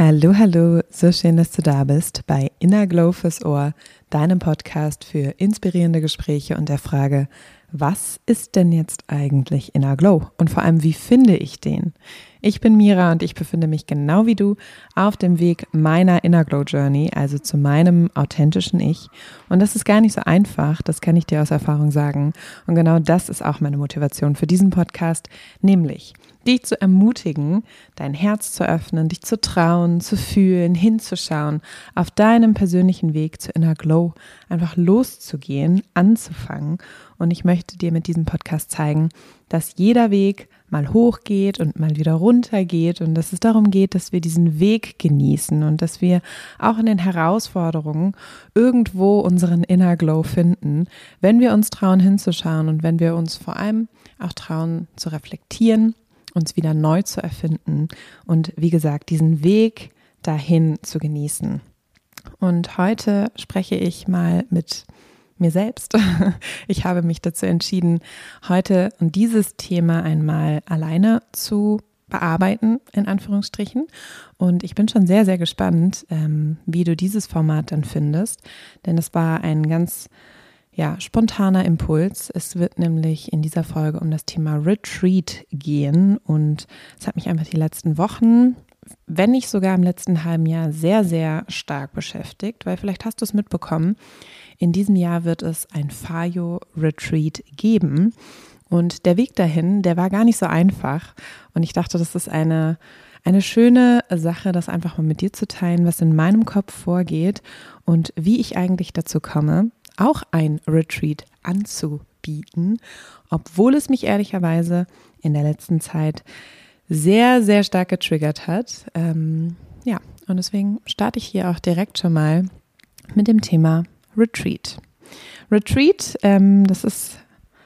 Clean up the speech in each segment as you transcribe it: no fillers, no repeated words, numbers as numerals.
Hallo, hallo, so schön, dass du da bist bei Inner Glow fürs Ohr, deinem Podcast für inspirierende Gespräche und der Frage, was ist denn jetzt eigentlich Inner Glow und vor allem, wie finde ich den? Ich bin Mira und ich befinde mich genau wie du auf dem Weg meiner Inner Glow Journey, also zu meinem authentischen Ich. Und das ist gar nicht so einfach, das kann ich dir aus Erfahrung sagen. Und genau das ist auch meine Motivation für diesen Podcast, nämlich dich zu ermutigen, dein Herz zu öffnen, dich zu trauen, zu fühlen, hinzuschauen, auf deinem persönlichen Weg zu Inner Glow einfach loszugehen, anzufangen. Und ich möchte dir mit diesem Podcast zeigen, dass jeder Weg mal hoch geht und mal wieder runter geht und dass es darum geht, dass wir diesen Weg genießen und dass wir auch in den Herausforderungen irgendwo unseren Inner Glow finden, wenn wir uns trauen hinzuschauen und wenn wir uns vor allem auch trauen zu reflektieren, uns wieder neu zu erfinden und wie gesagt, diesen Weg dahin zu genießen. Und heute spreche ich mal mit mir selbst. Ich habe mich dazu entschieden, heute und dieses Thema einmal alleine zu bearbeiten, in Anführungsstrichen. Und ich bin schon sehr, sehr gespannt, wie du dieses Format dann findest, denn es war ein ganz spontaner Impuls. Es wird nämlich in dieser Folge um das Thema Retreat gehen und es hat mich einfach die letzten Wochen, wenn nicht sogar im letzten halben Jahr, sehr, sehr stark beschäftigt, weil vielleicht hast du es mitbekommen, in diesem Jahr wird es ein Fayo Retreat geben und der Weg dahin, der war gar nicht so einfach und ich dachte, das ist eine schöne Sache, das einfach mal mit dir zu teilen, was in meinem Kopf vorgeht und wie ich eigentlich dazu komme, auch ein Retreat anzubieten, obwohl es mich ehrlicherweise in der letzten Zeit sehr, sehr stark getriggert hat. Und deswegen starte ich hier auch direkt schon mal mit dem Thema Retreat. Retreat, das ist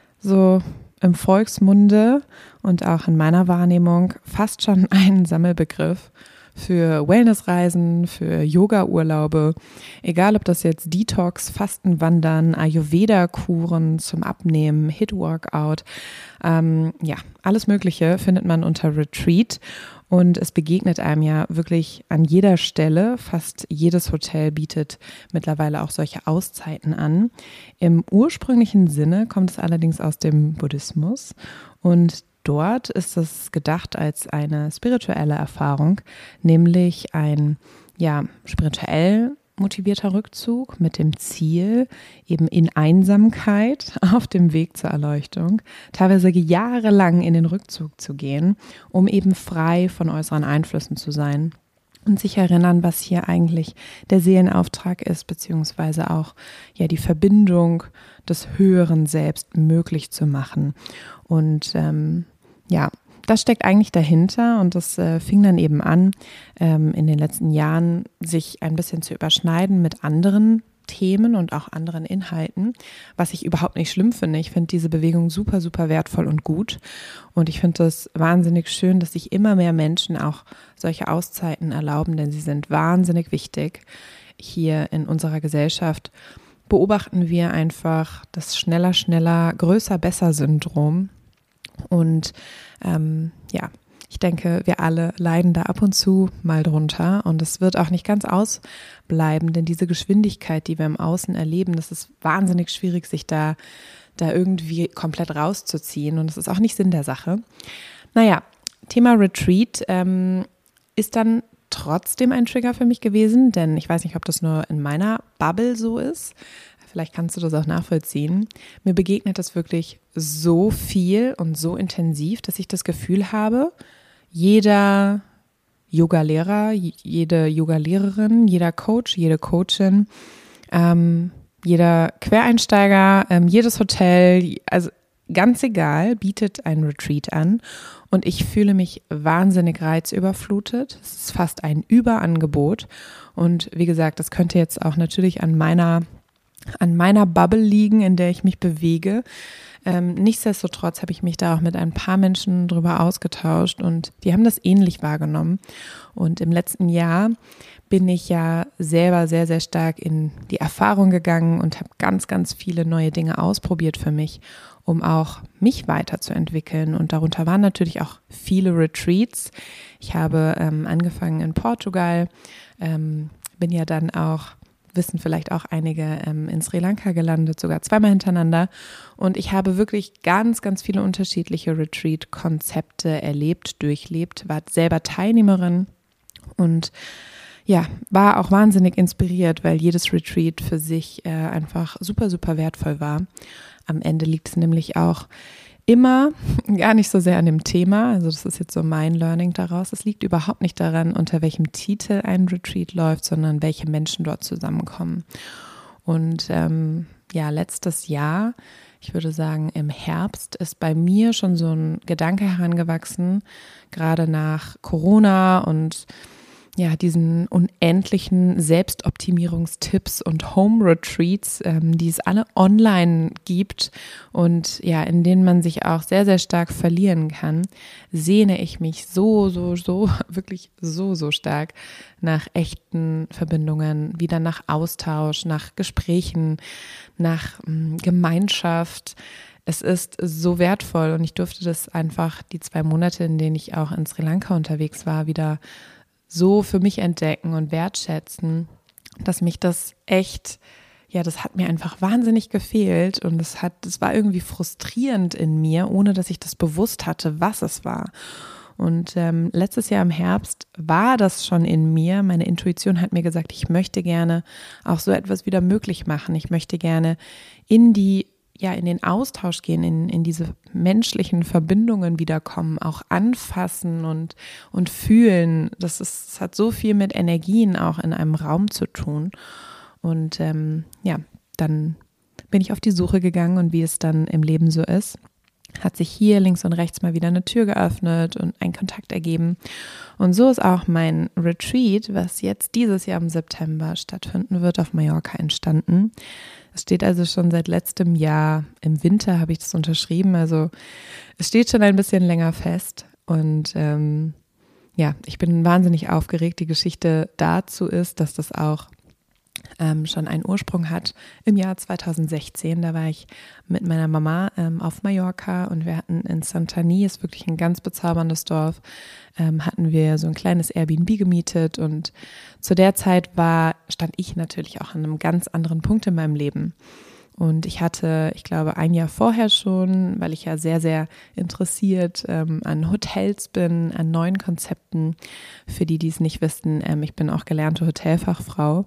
so im Volksmunde und auch in meiner Wahrnehmung fast schon ein Sammelbegriff für Wellnessreisen, für Yoga-Urlaube, egal ob das jetzt Detox, Fastenwandern, Ayurveda-Kuren zum Abnehmen, HIIT-Workout, alles Mögliche findet man unter Retreat und es begegnet einem ja wirklich an jeder Stelle. Fast jedes Hotel bietet mittlerweile auch solche Auszeiten an. Im ursprünglichen Sinne kommt es allerdings aus dem Buddhismus und dort ist es gedacht als eine spirituelle Erfahrung, nämlich ein spirituell motivierter Rückzug mit dem Ziel, eben in Einsamkeit auf dem Weg zur Erleuchtung, teilweise jahrelang in den Rückzug zu gehen, um eben frei von äußeren Einflüssen zu sein und sich erinnern, was hier eigentlich der Seelenauftrag ist, beziehungsweise auch die Verbindung des höheren Selbst möglich zu machen. Und das steckt eigentlich dahinter und das fing dann eben an, in den letzten Jahren sich ein bisschen zu überschneiden mit anderen Themen und auch anderen Inhalten, was ich überhaupt nicht schlimm finde. Ich finde diese Bewegung super, super wertvoll und gut und ich finde es wahnsinnig schön, dass sich immer mehr Menschen auch solche Auszeiten erlauben, denn sie sind wahnsinnig wichtig. Hier in unserer Gesellschaft beobachten wir einfach das schneller, schneller, größer, besser Syndrom. Und ich denke, wir alle leiden da ab und zu mal drunter und es wird auch nicht ganz ausbleiben, denn diese Geschwindigkeit, die wir im Außen erleben, das ist wahnsinnig schwierig, sich da irgendwie komplett rauszuziehen und das ist auch nicht Sinn der Sache. Thema Retreat ist dann trotzdem ein Trigger für mich gewesen, denn ich weiß nicht, ob das nur in meiner Bubble so ist. Vielleicht kannst du das auch nachvollziehen. Mir begegnet das wirklich so viel und so intensiv, dass ich das Gefühl habe, jeder Yoga-Lehrer, jede Yoga-Lehrerin, jeder Coach, jede Coachin, jeder Quereinsteiger, jedes Hotel, also ganz egal, bietet ein Retreat an und ich fühle mich wahnsinnig reizüberflutet. Es ist fast ein Überangebot und wie gesagt, das könnte jetzt auch natürlich an meiner an meiner Bubble liegen, in der ich mich bewege. Nichtsdestotrotz habe ich mich da auch mit ein paar Menschen drüber ausgetauscht und die haben das ähnlich wahrgenommen. Und im letzten Jahr bin ich ja selber sehr, sehr stark in die Erfahrung gegangen und habe ganz, ganz viele neue Dinge ausprobiert für mich, um auch mich weiterzuentwickeln. Und darunter waren natürlich auch viele Retreats. Ich habe angefangen in Portugal, bin ja dann auch, wissen vielleicht auch einige, in Sri Lanka gelandet, sogar zweimal hintereinander. Und ich habe wirklich ganz, ganz viele unterschiedliche Retreat-Konzepte erlebt, durchlebt, war selber Teilnehmerin und ja, war auch wahnsinnig inspiriert, weil jedes Retreat für sich einfach super, super wertvoll war. Am Ende liegt es nämlich auch immer gar nicht so sehr an dem Thema, also das ist jetzt so mein Learning daraus, es liegt überhaupt nicht daran, unter welchem Titel ein Retreat läuft, sondern welche Menschen dort zusammenkommen. Und letztes Jahr, ich würde sagen im Herbst, ist bei mir schon so ein Gedanke herangewachsen, gerade nach Corona und ja, diesen unendlichen Selbstoptimierungstipps und Home-Retreats, die es alle online gibt und ja, in denen man sich auch sehr, sehr stark verlieren kann, sehne ich mich wirklich so stark nach echten Verbindungen, wieder nach Austausch, nach Gesprächen, nach Gemeinschaft. Es ist so wertvoll und ich durfte das einfach die 2 Monate, in denen ich auch in Sri Lanka unterwegs war, wieder so für mich entdecken und wertschätzen, dass mich das echt, ja, das hat mir einfach wahnsinnig gefehlt und es war irgendwie frustrierend in mir, ohne dass ich das bewusst hatte, was es war. Und letztes Jahr im Herbst war das schon in mir. Meine Intuition hat mir gesagt, ich möchte gerne auch so etwas wieder möglich machen. Ich möchte gerne in den Austausch gehen, in diese menschlichen Verbindungen wiederkommen, auch anfassen und fühlen. Das hat so viel mit Energien auch in einem Raum zu tun. Und dann bin ich auf die Suche gegangen und wie es dann im Leben so ist, hat sich hier links und rechts mal wieder eine Tür geöffnet und ein Kontakt ergeben. Und so ist auch mein Retreat, was jetzt dieses Jahr im September stattfinden wird, auf Mallorca entstanden. Es steht also schon seit letztem Jahr, im Winter habe ich das unterschrieben, also es steht schon ein bisschen länger fest und ich bin wahnsinnig aufgeregt. Die Geschichte dazu ist, dass das auch schon einen Ursprung hat im Jahr 2016. Da war ich mit meiner Mama auf Mallorca und wir hatten in Santani, ist wirklich ein ganz bezauberndes Dorf, hatten wir so ein kleines Airbnb gemietet und zu der Zeit stand ich natürlich auch an einem ganz anderen Punkt in meinem Leben. Und ich hatte, ich glaube, ein Jahr vorher schon, weil ich ja sehr, sehr interessiert an Hotels bin, an neuen Konzepten. Für die, die es nicht wissen, ich bin auch gelernte Hotelfachfrau.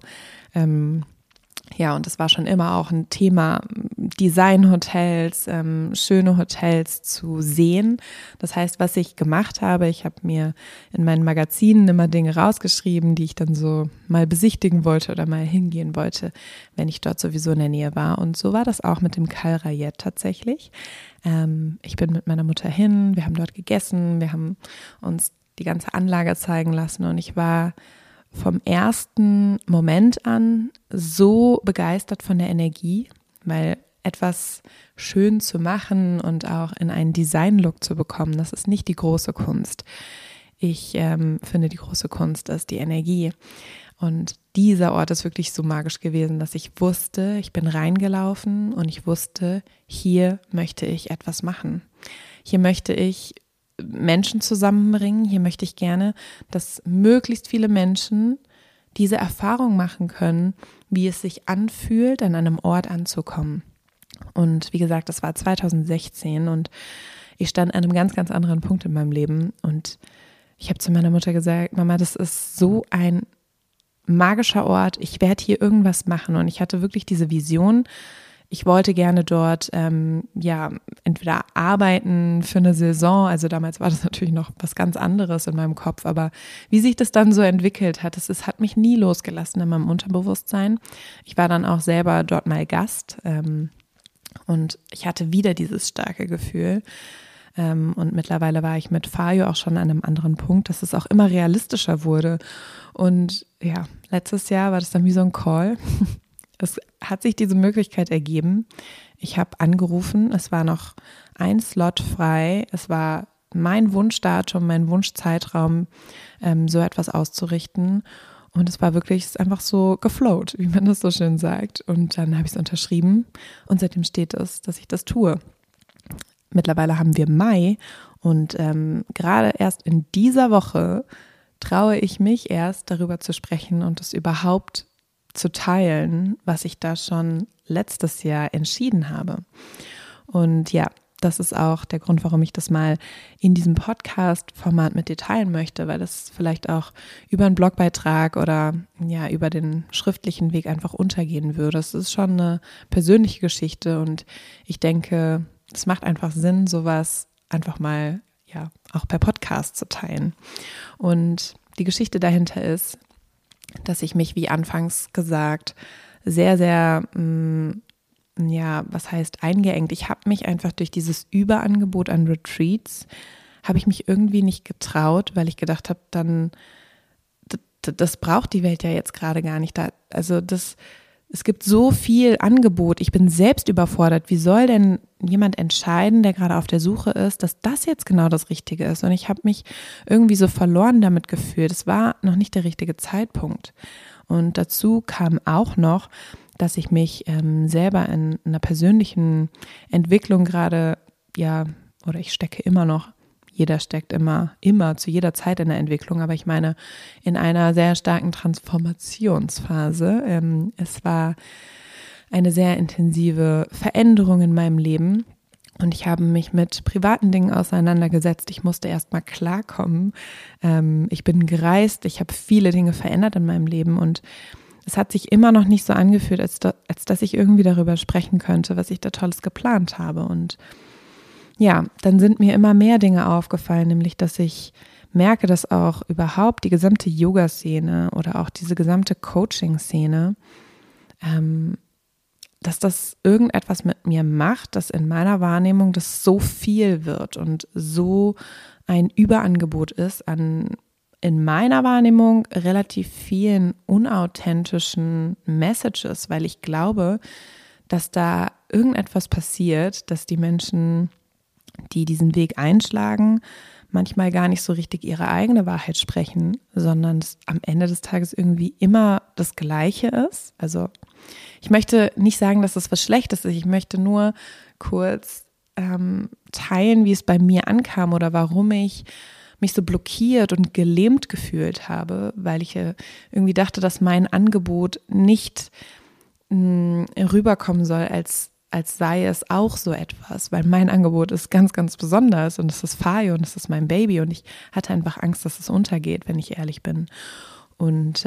Und es war schon immer auch ein Thema, Designhotels, schöne Hotels zu sehen. Das heißt, was ich gemacht habe, ich habe mir in meinen Magazinen immer Dinge rausgeschrieben, die ich dann so mal besichtigen wollte oder mal hingehen wollte, wenn ich dort sowieso in der Nähe war. Und so war das auch mit dem Cal Rayet tatsächlich. Ich bin mit meiner Mutter hin, wir haben dort gegessen, wir haben uns die ganze Anlage zeigen lassen und ich war vom ersten Moment an so begeistert von der Energie, weil etwas schön zu machen und auch in einen Design-Look zu bekommen, das ist nicht die große Kunst. Ich finde, die große Kunst ist die Energie. Und dieser Ort ist wirklich so magisch gewesen, dass ich wusste, ich bin reingelaufen und ich wusste, hier möchte ich etwas machen. Hier möchte ich Menschen zusammenbringen. Hier möchte ich gerne, dass möglichst viele Menschen diese Erfahrung machen können, wie es sich anfühlt, an einem Ort anzukommen. Und wie gesagt, das war 2016 und ich stand an einem ganz, ganz anderen Punkt in meinem Leben und ich habe zu meiner Mutter gesagt, Mama, das ist so ein magischer Ort, ich werde hier irgendwas machen und ich hatte wirklich diese Vision. Ich wollte gerne dort entweder arbeiten für eine Saison, also damals war das natürlich noch was ganz anderes in meinem Kopf, aber wie sich das dann so entwickelt hat, es hat mich nie losgelassen in meinem Unterbewusstsein. Ich war dann auch selber dort mal Gast und ich hatte wieder dieses starke Gefühl und mittlerweile war ich mit Fajo auch schon an einem anderen Punkt, dass es auch immer realistischer wurde und ja, letztes Jahr war das dann wie so ein Call. es hat sich diese Möglichkeit ergeben. Ich habe angerufen, es war noch ein Slot frei. Es war mein Wunschdatum, mein Wunschzeitraum, so etwas auszurichten. Und es war wirklich einfach so geflowt, wie man das so schön sagt. Und dann habe ich es unterschrieben und seitdem steht es, dass ich das tue. Mittlerweile haben wir Mai und gerade erst in dieser Woche traue ich mich erst darüber zu sprechen und es überhaupt zu teilen, was ich da schon letztes Jahr entschieden habe. Und ja, das ist auch der Grund, warum ich das mal in diesem Podcast-Format mit dir teilen möchte, weil das vielleicht auch über einen Blogbeitrag oder ja über den schriftlichen Weg einfach untergehen würde. Es ist schon eine persönliche Geschichte und ich denke, es macht einfach Sinn, sowas einfach mal ja auch per Podcast zu teilen. Und die Geschichte dahinter ist, dass ich mich, wie anfangs gesagt, sehr, sehr was heißt eingeengt. Ich habe mich einfach durch dieses Überangebot an Retreats, habe ich mich irgendwie nicht getraut, weil ich gedacht habe, dann, das braucht die Welt ja jetzt gerade gar nicht. Es gibt so viel Angebot, ich bin selbst überfordert. Wie soll denn jemand entscheiden, der gerade auf der Suche ist, dass das jetzt genau das Richtige ist? Und ich habe mich irgendwie so verloren damit gefühlt. Es war noch nicht der richtige Zeitpunkt. Und dazu kam auch noch, dass ich mich selber in einer persönlichen Entwicklung gerade, oder ich stecke immer noch, jeder steckt immer zu jeder Zeit in der Entwicklung, aber ich meine in einer sehr starken Transformationsphase. Es war eine sehr intensive Veränderung in meinem Leben und ich habe mich mit privaten Dingen auseinandergesetzt. Ich musste erst mal klarkommen. Ich bin gereist, ich habe viele Dinge verändert in meinem Leben und es hat sich immer noch nicht so angefühlt, als dass ich irgendwie darüber sprechen könnte, was ich da Tolles geplant habe. Und ja, dann sind mir immer mehr Dinge aufgefallen, nämlich, dass ich merke, dass auch überhaupt die gesamte Yoga-Szene oder auch diese gesamte Coaching-Szene, dass das irgendetwas mit mir macht, dass in meiner Wahrnehmung das so viel wird und so ein Überangebot ist an in meiner Wahrnehmung relativ vielen unauthentischen Messages, weil ich glaube, dass da irgendetwas passiert, dass die Menschen, die diesen Weg einschlagen, manchmal gar nicht so richtig ihre eigene Wahrheit sprechen, sondern es am Ende des Tages irgendwie immer das Gleiche ist. Also ich möchte nicht sagen, dass das was Schlechtes ist, ich möchte nur kurz teilen, wie es bei mir ankam oder warum ich mich so blockiert und gelähmt gefühlt habe, weil ich irgendwie dachte, dass mein Angebot nicht rüberkommen soll, als sei es auch so etwas, weil mein Angebot ist ganz, ganz besonders und es ist Fayo und es ist mein Baby und ich hatte einfach Angst, dass es untergeht, wenn ich ehrlich bin. Und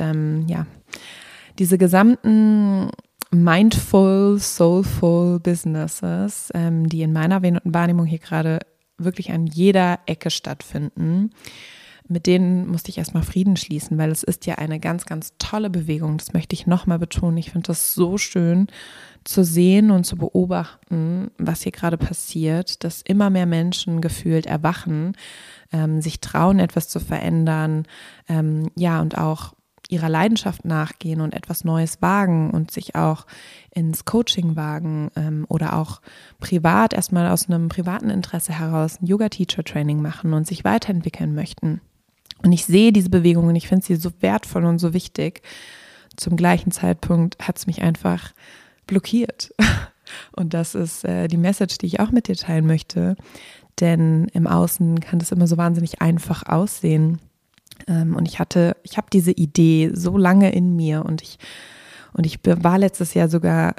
diese gesamten mindful, soulful Businesses, die in meiner Wahrnehmung hier gerade wirklich an jeder Ecke stattfinden, mit denen musste ich erstmal Frieden schließen, weil es ist ja eine ganz, ganz tolle Bewegung. Das möchte ich nochmal betonen. Ich finde das so schön zu sehen und zu beobachten, was hier gerade passiert, dass immer mehr Menschen gefühlt erwachen, sich trauen, etwas zu verändern, und auch ihrer Leidenschaft nachgehen und etwas Neues wagen und sich auch ins Coaching wagen oder auch privat erstmal aus einem privaten Interesse heraus ein Yoga-Teacher-Training machen und sich weiterentwickeln möchten. Und ich sehe diese Bewegung und ich finde sie so wertvoll und so wichtig. Zum gleichen Zeitpunkt hat es mich einfach blockiert. Und das ist die Message, die ich auch mit dir teilen möchte. Denn im Außen kann das immer so wahnsinnig einfach aussehen. Und ich habe diese Idee so lange in mir und ich war letztes Jahr sogar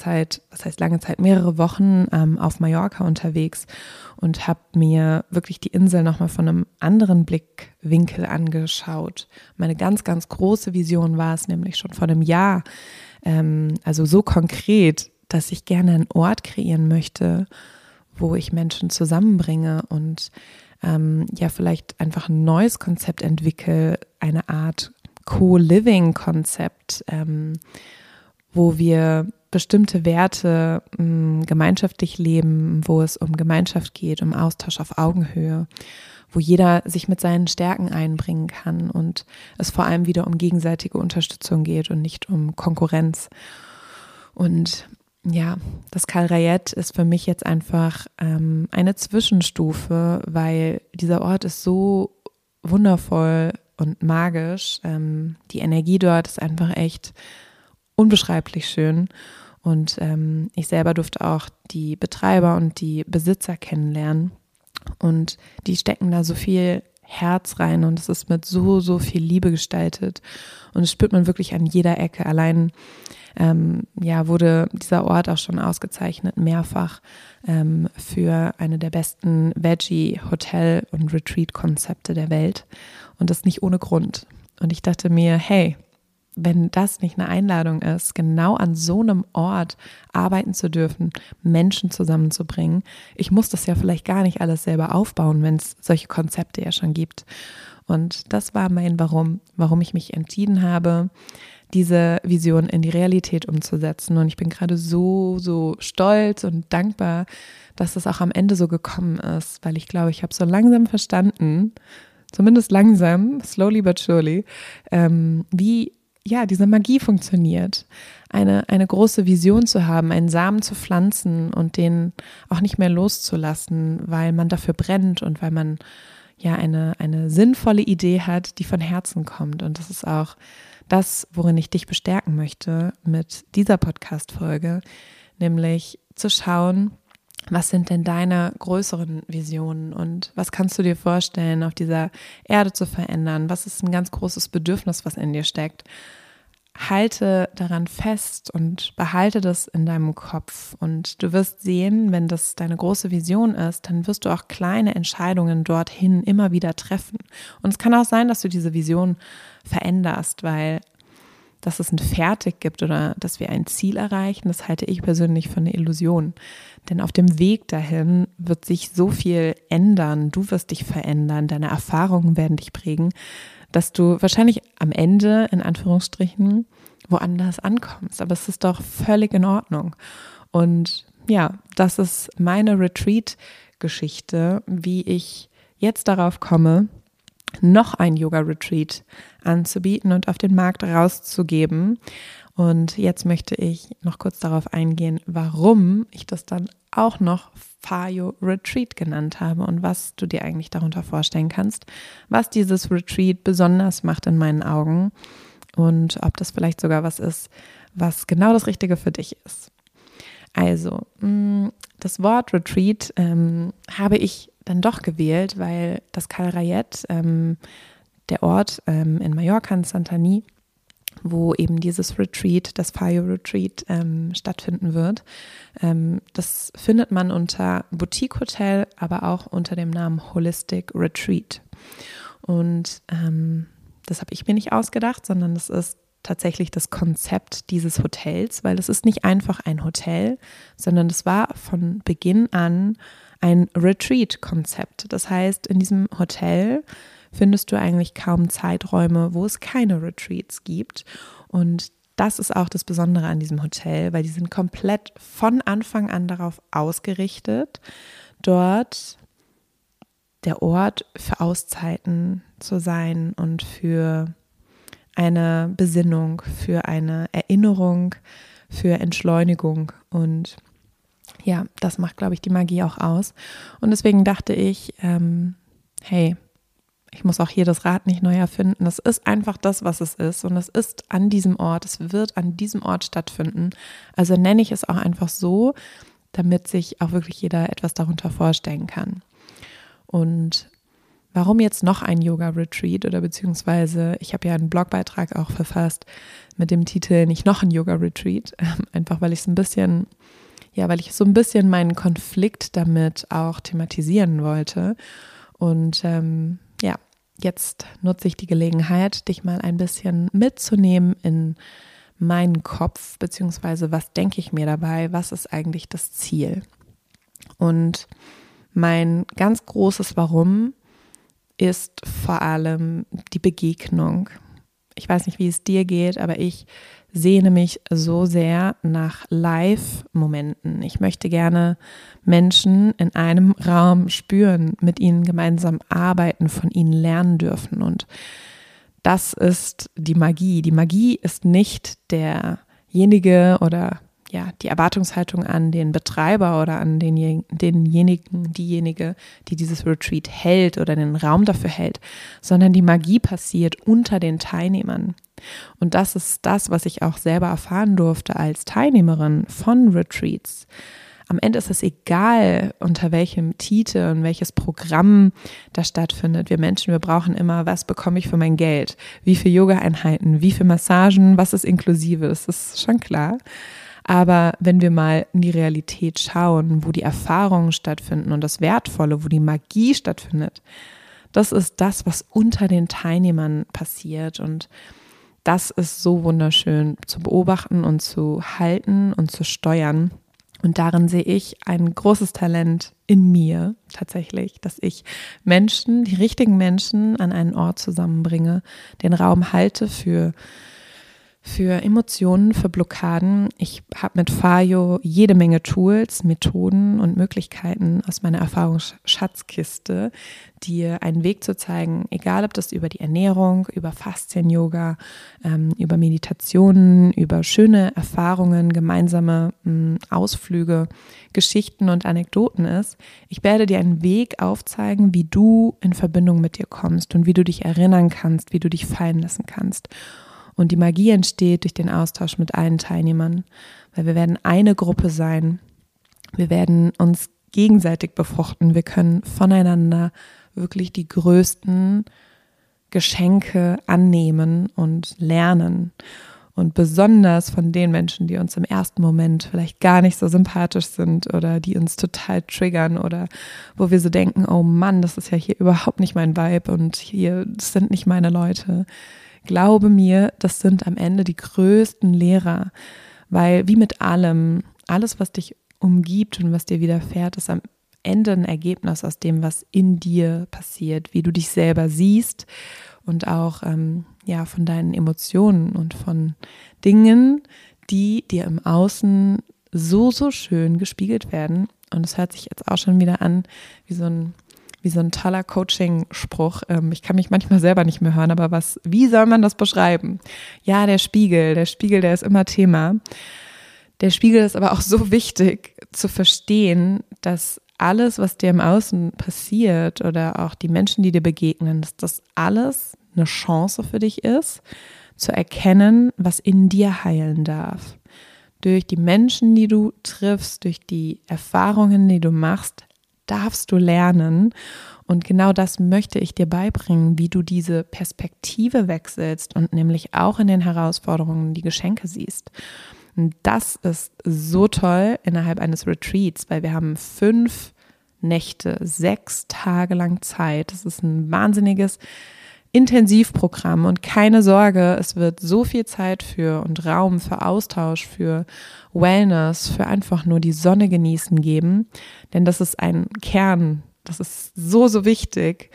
mehrere Wochen auf Mallorca unterwegs und habe mir wirklich die Insel nochmal von einem anderen Blickwinkel angeschaut. Meine ganz, ganz große Vision war es nämlich schon vor einem Jahr, also so konkret, dass ich gerne einen Ort kreieren möchte, wo ich Menschen zusammenbringe und vielleicht einfach ein neues Konzept entwickle, eine Art Co-Living-Konzept, wo wir bestimmte Werte gemeinschaftlich leben, wo es um Gemeinschaft geht, um Austausch auf Augenhöhe, wo jeder sich mit seinen Stärken einbringen kann und es vor allem wieder um gegenseitige Unterstützung geht und nicht um Konkurrenz. Und ja, das Kal Rayet ist für mich jetzt einfach eine Zwischenstufe, weil dieser Ort ist so wundervoll und magisch. Die Energie dort ist einfach echt unbeschreiblich schön. Und ich selber durfte auch die Betreiber und die Besitzer kennenlernen. Und die stecken da so viel Herz rein und es ist mit so viel Liebe gestaltet. Und das spürt man wirklich an jeder Ecke. Allein wurde dieser Ort auch schon ausgezeichnet, mehrfach für eine der besten Veggie-Hotel- und Retreat-Konzepte der Welt. Und das nicht ohne Grund. Und ich dachte mir, hey, wenn das nicht eine Einladung ist, genau an so einem Ort arbeiten zu dürfen, Menschen zusammenzubringen, ich muss das ja vielleicht gar nicht alles selber aufbauen, wenn es solche Konzepte ja schon gibt. Und das war mein warum ich mich entschieden habe, diese Vision in die Realität umzusetzen. Und ich bin gerade so stolz und dankbar, dass es auch am Ende so gekommen ist, weil ich glaube, ich habe so langsam verstanden, zumindest langsam, slowly but surely, wie diese Magie funktioniert. Eine große Vision zu haben, einen Samen zu pflanzen und den auch nicht mehr loszulassen, weil man dafür brennt und weil man eine sinnvolle Idee hat, die von Herzen kommt. Und das ist auch das, worin ich dich bestärken möchte mit dieser Podcast-Folge, nämlich zu schauen, was sind denn deine größeren Visionen und was kannst du dir vorstellen, auf dieser Erde zu verändern? Was ist ein ganz großes Bedürfnis, was in dir steckt? Halte daran fest und behalte das in deinem Kopf und du wirst sehen, wenn das deine große Vision ist, dann wirst du auch kleine Entscheidungen dorthin immer wieder treffen. Und es kann auch sein, dass du diese Vision veränderst, weil dass es ein Fertig gibt oder dass wir ein Ziel erreichen, das halte ich persönlich für eine Illusion. Denn auf dem Weg dahin wird sich so viel ändern, du wirst dich verändern, deine Erfahrungen werden dich prägen, dass du wahrscheinlich am Ende, in Anführungsstrichen, woanders ankommst. Aber es ist doch völlig in Ordnung. Und ja, das ist meine Retreat-Geschichte, wie ich jetzt darauf komme, noch ein Yoga-Retreat anzubieten und auf den Markt rauszugeben. Und jetzt möchte ich noch kurz darauf eingehen, warum ich das dann auch noch Fayo Retreat genannt habe und was du dir eigentlich darunter vorstellen kannst, was dieses Retreat besonders macht in meinen Augen und ob das vielleicht sogar was ist, was genau das Richtige für dich ist. Also, das Wort Retreat habe ich dann doch gewählt, weil das Kal Rayet, der Ort in Mallorca, in Santany, wo eben dieses Retreat, das Fayo Retreat stattfinden wird. Das findet man unter Boutique Hotel, aber auch unter dem Namen Holistic Retreat. Und das habe ich mir nicht ausgedacht, sondern das ist tatsächlich das Konzept dieses Hotels, weil es ist nicht einfach ein Hotel, sondern es war von Beginn an ein Retreat-Konzept. Das heißt, in diesem Hotel findest du eigentlich kaum Zeiträume, wo es keine Retreats gibt. Und das ist auch das Besondere an diesem Hotel, weil die sind komplett von Anfang an darauf ausgerichtet, dort der Ort für Auszeiten zu sein und für eine Besinnung, für eine Erinnerung, für Entschleunigung. Und ja, das macht, glaube ich, die Magie auch aus. Und deswegen dachte ich, hey, ich muss auch hier das Rad nicht neu erfinden. Das ist einfach das, was es ist. Und es ist an diesem Ort, es wird an diesem Ort stattfinden. Also nenne ich es auch einfach so, damit sich auch wirklich jeder etwas darunter vorstellen kann. Und warum jetzt noch ein Yoga-Retreat oder beziehungsweise ich habe ja einen Blogbeitrag auch verfasst mit dem Titel Nicht noch ein Yoga-Retreat, einfach weil ich so ein bisschen meinen Konflikt damit auch thematisieren wollte. Und jetzt nutze ich die Gelegenheit, dich mal ein bisschen mitzunehmen in meinen Kopf, beziehungsweise was denke ich mir dabei, was ist eigentlich das Ziel? Und mein ganz großes Warum ist vor allem die Begegnung. Ich weiß nicht, wie es dir geht, aber ich sehne mich so sehr nach Live-Momenten. Ich möchte gerne Menschen in einem Raum spüren, mit ihnen gemeinsam arbeiten, von ihnen lernen dürfen. Und das ist die Magie. Die Magie ist nicht derjenige oder die Erwartungshaltung an den Betreiber oder an diejenige, die dieses Retreat hält oder den Raum dafür hält, sondern die Magie passiert unter den Teilnehmern. Und das ist das, was ich auch selber erfahren durfte als Teilnehmerin von Retreats. Am Ende ist es egal, unter welchem Titel und welches Programm da stattfindet. Wir Menschen, wir brauchen immer, was bekomme ich für mein Geld? Wie viele Yoga-Einheiten? Wie viele Massagen? Was ist inklusive? Das ist schon klar. Aber wenn wir mal in die Realität schauen, wo die Erfahrungen stattfinden und das Wertvolle, wo die Magie stattfindet, das ist das, was unter den Teilnehmern passiert. Und das ist so wunderschön zu beobachten und zu halten und zu steuern. Und darin sehe ich ein großes Talent in mir tatsächlich, dass ich Menschen, die richtigen Menschen an einen Ort zusammenbringe, den Raum halte für Emotionen, für Blockaden. Ich habe mit Fayo jede Menge Tools, Methoden und Möglichkeiten aus meiner Erfahrungsschatzkiste, dir einen Weg zu zeigen, egal ob das über die Ernährung, über Faszien-Yoga, über Meditationen, über schöne Erfahrungen, gemeinsame Ausflüge, Geschichten und Anekdoten ist. Ich werde dir einen Weg aufzeigen, wie du in Verbindung mit dir kommst und wie du dich erinnern kannst, wie du dich fallen lassen kannst. Und die Magie entsteht durch den Austausch mit allen Teilnehmern, weil wir werden eine Gruppe sein. Wir werden uns gegenseitig befruchten. Wir können voneinander wirklich die größten Geschenke annehmen und lernen. Und besonders von den Menschen, die uns im ersten Moment vielleicht gar nicht so sympathisch sind oder die uns total triggern oder wo wir so denken, oh Mann, das ist ja hier überhaupt nicht mein Vibe und hier, das sind nicht meine Leute. Glaube mir, das sind am Ende die größten Lehrer, weil wie mit allem, alles, was dich umgibt und was dir widerfährt, ist am Ende ein Ergebnis aus dem, was in dir passiert, wie du dich selber siehst und auch von deinen Emotionen und von Dingen, die dir im Außen so, so schön gespiegelt werden. Und es hört sich jetzt auch schon wieder an wie so ein toller Coaching-Spruch. Ich kann mich manchmal selber nicht mehr hören, aber wie soll man das beschreiben? Ja, der Spiegel, der ist immer Thema. Der Spiegel ist aber auch so wichtig zu verstehen, dass alles, was dir im Außen passiert oder auch die Menschen, die dir begegnen, dass das alles eine Chance für dich ist, zu erkennen, was in dir heilen darf. Durch die Menschen, die du triffst, durch die Erfahrungen, die du machst, darfst du lernen. Und genau das möchte ich dir beibringen, wie du diese Perspektive wechselst und nämlich auch in den Herausforderungen die Geschenke siehst. Und das ist so toll innerhalb eines Retreats, weil wir haben 5 Nächte, 6 Tage lang Zeit. Das ist ein wahnsinniges Intensivprogramm und keine Sorge, es wird so viel Zeit für und Raum für Austausch, für Wellness, für einfach nur die Sonne genießen geben, denn das ist ein Kern, das ist so, so wichtig,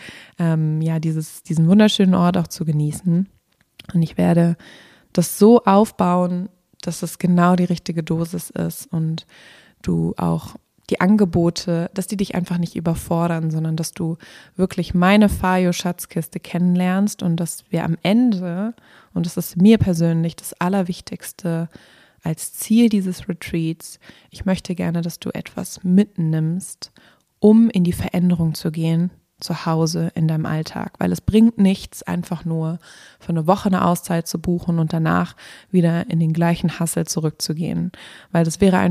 diesen wunderschönen Ort auch zu genießen. Und ich werde das so aufbauen, dass es genau die richtige Dosis ist und du auch die Angebote, dass die dich einfach nicht überfordern, sondern dass du wirklich meine Fayo-Schatzkiste kennenlernst und dass wir am Ende, und das ist mir persönlich das Allerwichtigste als Ziel dieses Retreats, ich möchte gerne, dass du etwas mitnimmst, um in die Veränderung zu gehen, zu Hause in deinem Alltag, weil es bringt nichts, einfach nur für eine Woche eine Auszeit zu buchen und danach wieder in den gleichen Hustle zurückzugehen, weil das wäre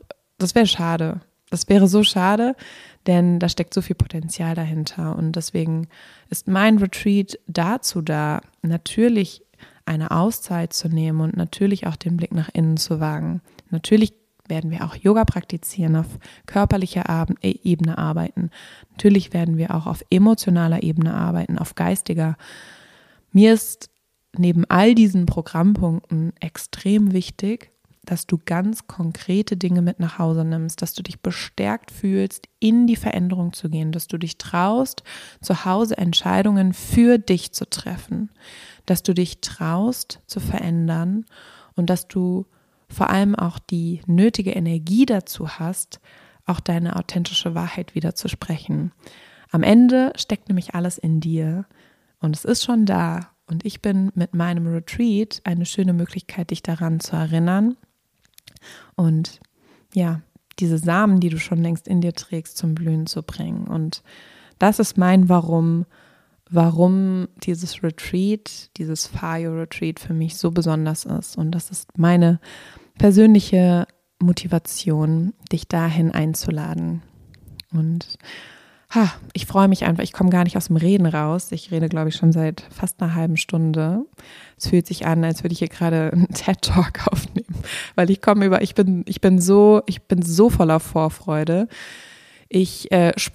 schade. Das wäre so schade, denn da steckt so viel Potenzial dahinter und deswegen ist mein Retreat dazu da, natürlich eine Auszeit zu nehmen und natürlich auch den Blick nach innen zu wagen. Natürlich werden wir auch Yoga praktizieren, auf körperlicher Ebene arbeiten. Natürlich werden wir auch auf emotionaler Ebene arbeiten, auf geistiger. Mir ist neben all diesen Programmpunkten extrem wichtig, dass du ganz konkrete Dinge mit nach Hause nimmst, dass du dich bestärkt fühlst, in die Veränderung zu gehen, dass du dich traust, zu Hause Entscheidungen für dich zu treffen, dass du dich traust zu verändern und dass du vor allem auch die nötige Energie dazu hast, auch deine authentische Wahrheit wieder zu sprechen. Am Ende steckt nämlich alles in dir und es ist schon da und ich bin mit meinem Retreat eine schöne Möglichkeit, dich daran zu erinnern, und ja, diese Samen, die du schon längst in dir trägst, zum Blühen zu bringen. Und das ist mein Warum dieses Retreat, dieses Fire Retreat für mich so besonders ist. Und das ist meine persönliche Motivation, dich dahin einzuladen. Und ich freue mich einfach, ich komme gar nicht aus dem Reden raus. Ich rede, glaube ich, schon seit fast einer halben Stunde. Es fühlt sich an, als würde ich hier gerade einen TED-Talk aufnehmen, weil ich bin so voller Vorfreude. Es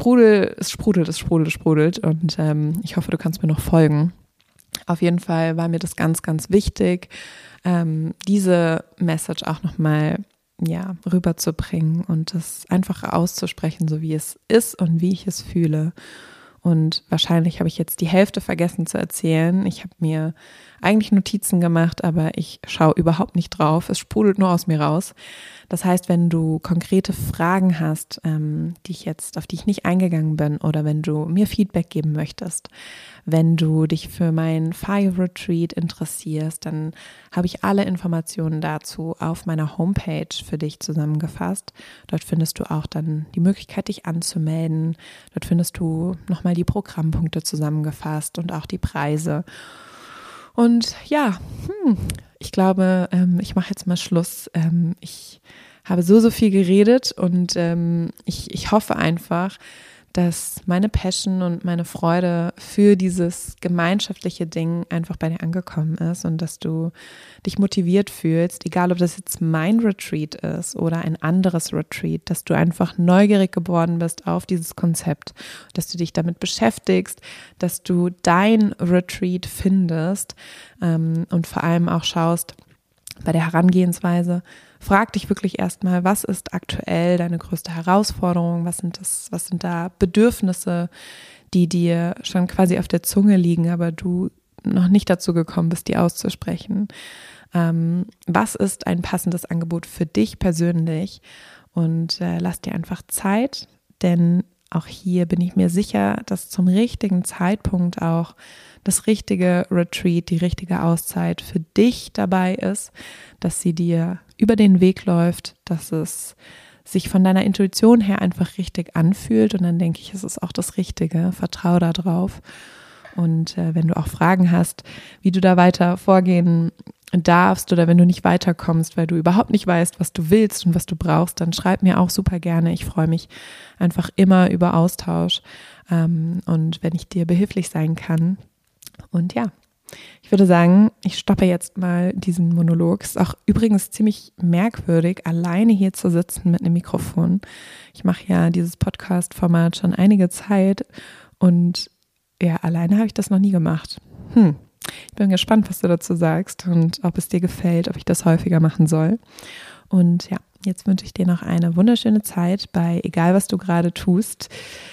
sprudelt und ich hoffe, du kannst mir noch folgen. Auf jeden Fall war mir das ganz, ganz wichtig, diese Message auch nochmal rüberzubringen und das einfach auszusprechen, so wie es ist und wie ich es fühle. Und wahrscheinlich habe ich jetzt die Hälfte vergessen zu erzählen. Ich habe mir eigentlich Notizen gemacht, aber ich schaue überhaupt nicht drauf. Es sprudelt nur aus mir raus. Das heißt, wenn du konkrete Fragen hast, auf die ich nicht eingegangen bin, oder wenn du mir Feedback geben möchtest, wenn du dich für mein Fire Retreat interessierst, dann habe ich alle Informationen dazu auf meiner Homepage für dich zusammengefasst. Dort findest du auch dann die Möglichkeit, dich anzumelden. Dort findest du nochmal die Programmpunkte zusammengefasst und auch die Preise. Und ja, ich glaube, ich mache jetzt mal Schluss. Ich habe so viel geredet und ich hoffe einfach, dass meine Passion und meine Freude für dieses gemeinschaftliche Ding einfach bei dir angekommen ist und dass du dich motiviert fühlst, egal ob das jetzt mein Retreat ist oder ein anderes Retreat, dass du einfach neugierig geworden bist auf dieses Konzept, dass du dich damit beschäftigst, dass du dein Retreat findest und vor allem auch schaust bei der Herangehensweise. Frag dich wirklich erstmal, was ist aktuell deine größte Herausforderung? Was sind da Bedürfnisse, die dir schon quasi auf der Zunge liegen, aber du noch nicht dazu gekommen bist, die auszusprechen? Was ist ein passendes Angebot für dich persönlich? Und lass dir einfach Zeit, denn auch hier bin ich mir sicher, dass zum richtigen Zeitpunkt auch das richtige Retreat, die richtige Auszeit für dich dabei ist, dass sie dir über den Weg läuft, dass es sich von deiner Intuition her einfach richtig anfühlt und dann denke ich, es ist auch das Richtige. Vertraue da drauf. Und wenn du auch Fragen hast, wie du da weiter vorgehen darfst oder wenn du nicht weiterkommst, weil du überhaupt nicht weißt, was du willst und was du brauchst, dann schreib mir auch super gerne. Ich freue mich einfach immer über Austausch und wenn ich dir behilflich sein kann. Und ja, ich würde sagen, ich stoppe jetzt mal diesen Monolog. Es ist auch übrigens ziemlich merkwürdig, alleine hier zu sitzen mit einem Mikrofon. Ich mache ja dieses Podcast-Format schon einige Zeit und ja, alleine habe ich das noch nie gemacht. Ich bin gespannt, was du dazu sagst und ob es dir gefällt, ob ich das häufiger machen soll. Und ja, jetzt wünsche ich dir noch eine wunderschöne Zeit bei egal, was du gerade tust,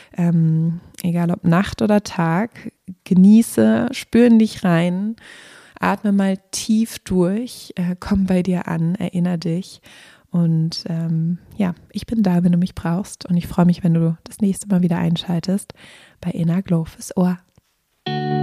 egal ob Nacht oder Tag, genieße, spür in dich rein, atme mal tief durch, komm bei dir an, erinnere dich und ich bin da, wenn du mich brauchst und ich freue mich, wenn du das nächste Mal wieder einschaltest bei Inner Glow fürs Ohr.